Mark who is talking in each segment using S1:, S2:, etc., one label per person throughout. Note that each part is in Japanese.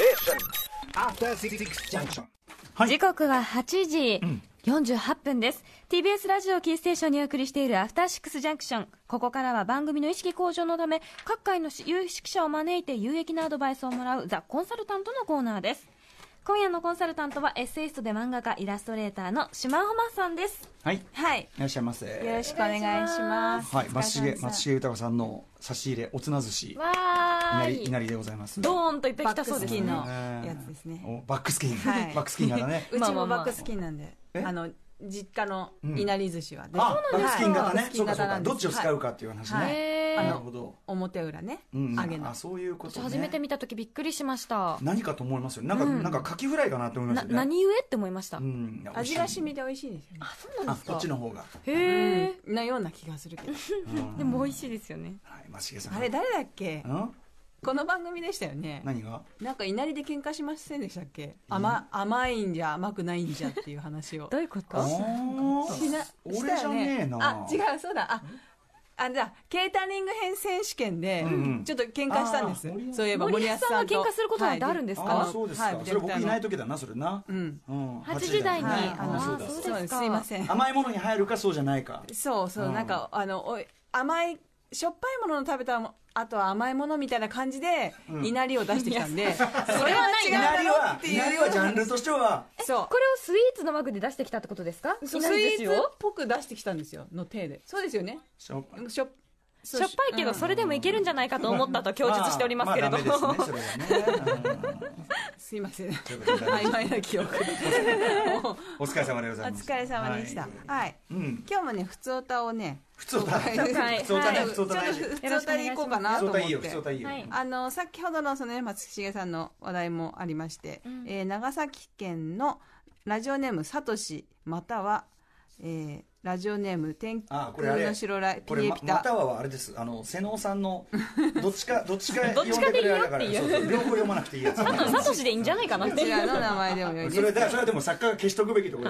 S1: After Six Junction。
S2: 時刻は8時48分です。TBS ラジオキーステーションにお送りしているアフターシックスジャンクション。ここからは番組の意識向上のため各界の有識者を招いて有益なアドバイスをもらうザ・コンサルタントのコーナーです。今夜のコンサルタントはエッセイストで漫画家イラストレーターの島尾真さんです。
S3: はい、
S4: はい、
S3: いらっしゃいませ。
S4: よろしくお願いします。
S3: はい、松重豊さんの差し入れおつな寿司
S2: わーい、
S3: いなりでございます。
S2: ドーンといってきたそうですね。
S4: バックスキンのやつですね。
S3: バックスキン、
S4: はい、
S3: バックスキンがね
S4: うちもバックスキンなんで、実家のいなり寿司はね、
S3: バックスキン型ね、
S4: そうかそうか、
S3: どっちを使うかっていう話ね。なるほど。
S4: 表裏ね、揚げの。
S3: そういうことね。
S2: 初めて見た時びっくりしました。
S3: 何かと思いますよ。なんかカキフライかなって思いますよね。
S2: 何故って思いました。
S4: 味が染みて美味しいですよね。
S2: あ、そうなんですか。
S3: こっちの方が。
S2: へえ。
S4: なような気がするけど。
S2: でも美味しいですよね。
S3: はい、松重さん。
S4: あれ誰だっけ？この番組でしたよね。
S3: 何が？
S4: なんかいなりで喧嘩しませんでしたっけ？甘いんじゃ甘くないんじゃっていう話を。
S2: どういうこと？
S3: 俺じゃねえな。
S4: あ、違う、そうだ。じゃあケータリング編選手権でちょっと喧嘩したんです。そういえば森保さんと。
S2: 森保さんは喧嘩することなんてあるんですか？
S3: そうですか。それ僕いない時だな、それな。
S2: 8時台に。
S4: そうです。すいません。
S3: 甘いものに入るかそうじゃないか。
S4: そう、なんか甘いしょっぱいものを食べたあとは甘いものみたいな感じでいなりを出してきたんで、それは違うだろっていう。
S3: いなりはジャンルとしては
S2: そう、これをスイーツの枠で出してきたってことですか？
S4: スイーツっぽく出してきたんですよ、の体で。そうですよね。しょっぱ
S2: いけどそれでもいけるんじゃないかと思ったと供述しておりますけれども、
S4: すいません、曖昧な記憶で
S3: お疲れ様でございます。
S4: お疲れ様でした。はい、今日もね、ふつおたをね、
S3: ふつおたで
S4: いこうかなと思って。 先ほどのその松重さんの話題もありまして、長崎県のラジオネームさとし、またはラジオネーム天空の城ラピエピタ。
S3: またはあれです。瀬能さんのどっちか読んでくれるから、両方読まなくていいやつ。
S2: サトシでいいんじゃないかなって。
S4: こちらの名前でもよいです。
S3: それはでも作家が消しとくべきところ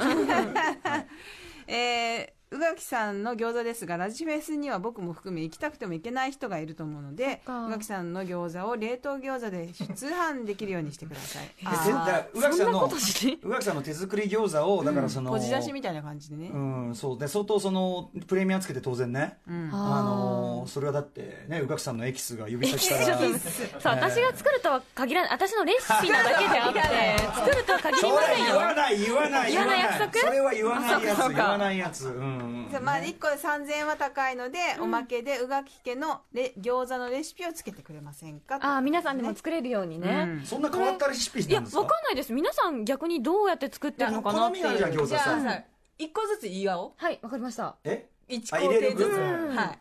S3: です。
S4: 宇垣さんの餃子ですが、ラジフェスには僕も含め行きたくても行けない人がいると思うので、宇垣さんの餃子を冷凍餃子で通販できるようにしてください。
S3: 宇垣さんの手作り餃子をだから
S4: こじ出しみたいな感じでね。
S3: そうで相当そのプレミアつけて当然ね。それはだってね、宇垣さんのエキスが指先から。そう、
S2: 私が作るとは限らない。私のレシピなだけであって作るとは限りませんよ。
S3: 言わない
S2: 約束。
S3: それは言わないやつ。
S4: まあ1個で3000円は高いので、おまけで宇垣家の餃子のレシピをつけてくれませんか？
S2: 皆さんでも作れるようにね。
S3: そんな変わったレシピなんですか？
S2: いや、わかんないです。皆さん逆にどうやって作ってるのかなっていう。
S4: じゃあ1個ずつ言い合おう。
S2: はい、わかりました。
S4: 1工程ずつ。はい。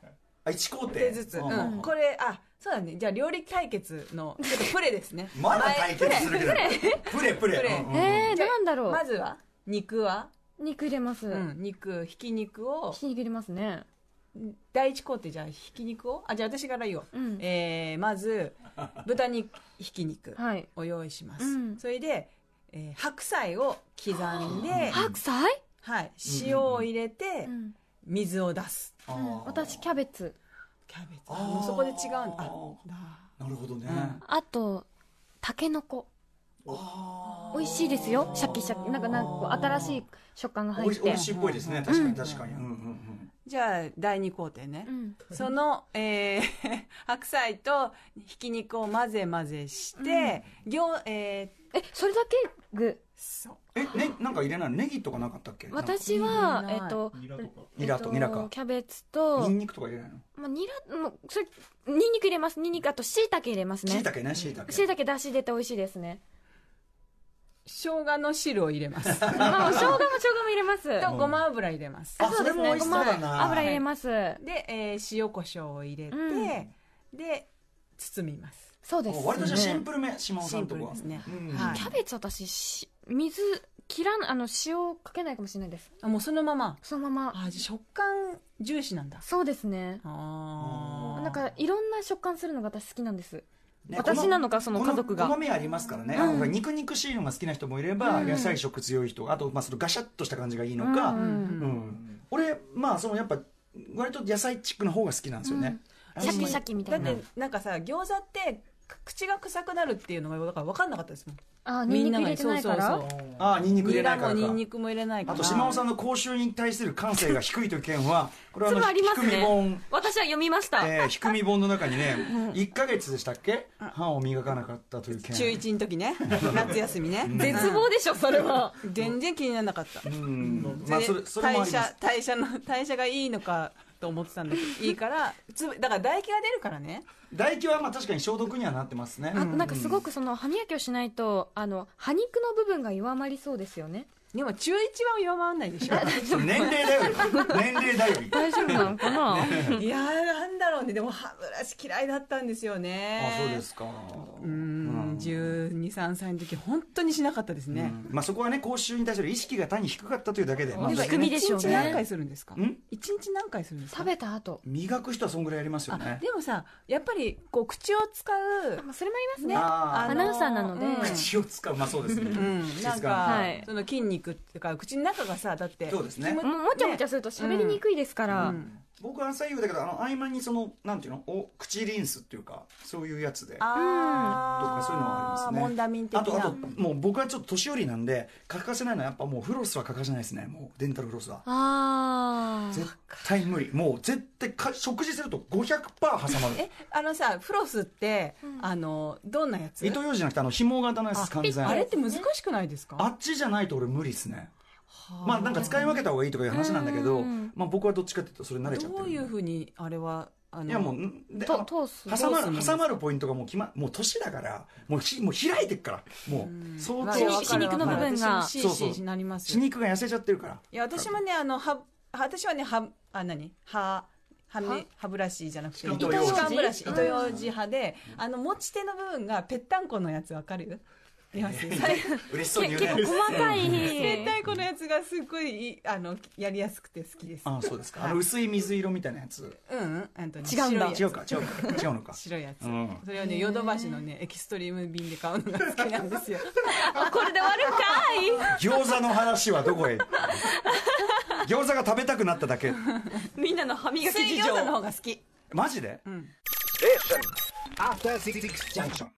S3: 1工程
S4: ずつ。これそうだね。じゃあ料理対決のちょっとプレですね。
S3: まだ対決するけど。プレ。
S2: なんだろう。
S4: まずは肉
S2: 入れます。
S4: ひき肉
S2: 入れますね。
S4: 第一工程、じゃあひき肉をじゃあ私から言おう。まず豚肉ひき肉を用意します。それで白菜を刻んで、
S2: 白菜？
S4: はい、塩を入れて水を出す。
S2: 私キャベツ。
S4: もうそこで違うんだ。
S3: なるほどね。
S2: あとタケノコ。美味しいですよ。シャキシャキ、なんか新しい食感が入って。
S3: 美味しいっぽいですね。確かに。
S4: じゃあ第2工程ね。その白菜とひき肉を混ぜして、
S2: それだけ
S4: そう。
S3: なんか入れないの？ネギとかなかったっけ？
S2: 私は
S3: ニラと
S2: キャベツと
S3: ニンニクとか入れないの？
S2: ニンニク入れます。ニンニク、あと椎茸入れますね。
S3: 椎茸
S2: 出汁出て美味しいですね。
S4: 生姜の汁を入れます。
S2: 生姜も入れます。
S4: とごま油入れます。
S2: そうですね。ごま油入れます。
S4: で塩コショウを入れて、で包みます。
S2: そうです。
S3: 割とシンプルめ、島尾さんとこは。
S4: シンプルですね。
S2: キャベツ私水塩かけないかもしれないです。
S4: もうそのまま。
S2: じゃ
S4: 食感重視なんだ。
S2: そうですね。なんかいろんな食感するのが私好きなんです。私なのかその家族が
S3: 好みありますからね。肉々しいのが好きな人もいれば、野菜食強い人、あとそのガシャッとした感じがいいのか。俺やっぱ割と野菜チックの方が好きなんですよね。
S2: シャキシャキみたいな。
S4: だってなんかさ、餃子って口が臭くなるっていうのがだから分かんなかったですもん。
S2: ニンニク入れてないから。
S3: そうニンニク入れないからか。
S4: ニンニクも入れないから。
S3: あと島尾さんの口臭に対する感性が低いという件はこれは
S2: ありますね。
S3: ひくみ本、
S2: 私は読みました。
S3: ひくみ本の中にね1ヶ月でしたっけ、歯を磨かなかったという件。
S4: 中1の時ね、夏休みね。
S2: 絶望でしょそれは。
S4: 全然気にならなかった。
S3: まあそれもあります。
S4: 代謝がいいのかと思ってたんだけど、いいからだから唾液が出るからね。
S3: 唾液はまあ確かに消毒にはなってますね。
S2: なんかすごくその歯磨きをしないと歯肉の部分が弱まりそうですよね。
S4: でも中1は弱まらないでしょ。
S3: 年齢だより年齢だより
S2: 大丈夫なのかな。
S4: いやなんだろうね。でも歯ブラシ嫌いだったんですよね。
S3: そうですか。
S4: 12、13歳の時本当にしなかったですね。
S3: まあそこはね口臭に対する意識が単に低かったというだけで。
S2: 低みでしょうね。
S4: 1日何回するんですか。1日何回するんですか。
S2: 食べた後
S3: 磨く人はそんぐらいやりますよね。
S4: でもさやっぱりこう口を使う、
S2: それもありますね。アナウンサーなので
S3: 口を使う、まあそうですね。
S4: なんかその筋肉っていうか口の中がさ、だって
S3: そうですね。
S2: もちゃもちゃすると喋りにくいですから。
S3: 僕は朝言うだけど合間にそのなんていうの口リンスっていうかそういうやつでとかそういうのはありますね。
S4: モンダミン的な。
S3: あともう僕はちょっと年寄りなんで欠かせないのはやっぱもうフロスは欠かせないですね。もうデンタルフロスは絶対無理。もう絶対食事すると 500% 挟まる。
S4: さフロスってどんなやつ？
S3: 糸ようじじゃなくて紐型のやつ。完全
S4: あれって難しくないですか？
S3: あっちじゃないと俺無理ですね。まあなんか使い分けた方がいいとかいう話なんだけど、まあ僕はどっちかっていうとそれ慣れちゃってる。
S4: どういうふうにあれはい
S3: やもう挟まるポイントがもう年だからもう開いてっからもう相当
S2: 歯肉の部分が
S3: 歯肉が痩せちゃってるから。
S4: いや私もね歯ブラシじゃなくて糸ようじ派で持ち手の部分がぺったんこのやつわかる？
S3: 嬉しそうに言うね。
S2: 結構細かい
S4: ぺったんこのやつがすごいやりやすくて好きです。
S3: そうですか。薄い水色みたいなやつ。
S2: 違うん
S3: だ。違うのか。
S4: 白いやつ。それをねヨドバシのねエキストリーム便で買うのが好きなんですよ。
S2: これで終わるかい。
S3: 餃子の話はどこへ。餃子が食べたくなっただけ。
S2: みんなの歯磨き事情。
S4: 水餃子の方が好き。
S3: マジで？
S1: After 66 junction.